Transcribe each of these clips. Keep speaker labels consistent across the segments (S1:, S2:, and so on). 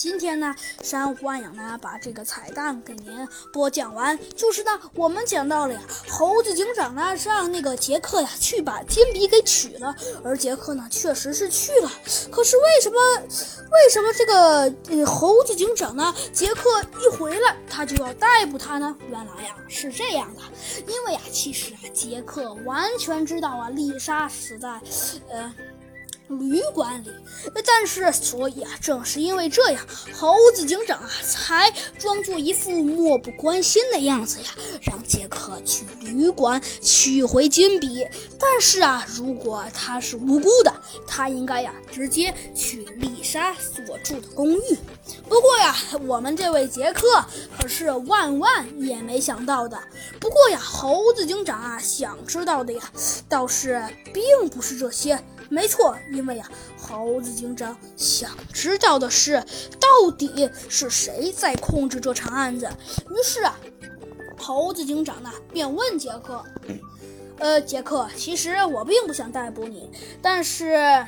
S1: 今天呢，山幻影呢把这个彩蛋给您播讲完，就是呢我们讲到了呀，猴子警长呢让那个杰克呀去把金币给取了，而杰克呢确实是去了，可是为什么这个猴子警长呢，杰克一回来他就要逮捕他呢？原来呀是这样的，因为呀其实杰克完全知道啊丽莎死在旅馆里，但是所以正是因为这样，猴子警长才装作一副漠不关心的样子呀，让杰克去旅馆取回金币。但是如果他是无辜的，他应该直接去丽莎所住的公寓。不过我们这位杰克可是万也没想到的。不过猴子警长想知道的倒是并不是这些。没错，因为猴子警长想知道的是，到底是谁在控制这场案子。于是猴子警长呢便问杰克：“杰克，其实我并不想逮捕你，但是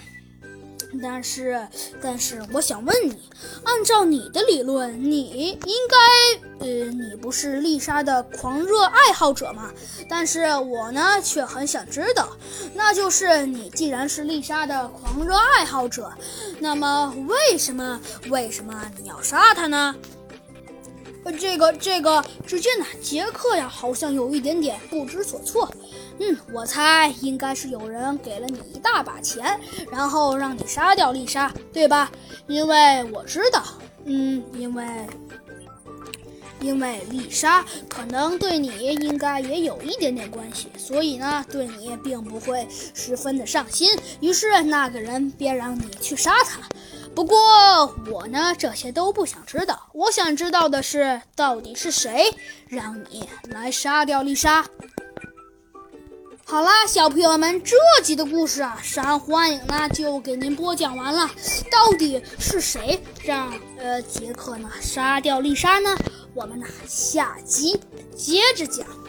S1: 我想问你，按照你的理论，你不是丽莎的狂热爱好者吗？但是我呢却很想知道，那就是你既然是丽莎的狂热爱好者，那么为什么你要杀她呢？”只见杰克好像有一点点不知所措。我猜应该是有人给了你一大把钱，然后让你杀掉丽莎，对吧？因为我知道，因为丽莎可能对你应该也有一点点关系，所以呢，对你并不会十分的上心。于是那个人便让你去杀他。不过我呢，这些都不想知道。我想知道的是，到底是谁让你来杀掉丽莎？好啦，小朋友们，这集的故事山幻影呢就给您播讲完了。到底是谁让杰克呢杀掉丽莎呢？我们下集接着讲。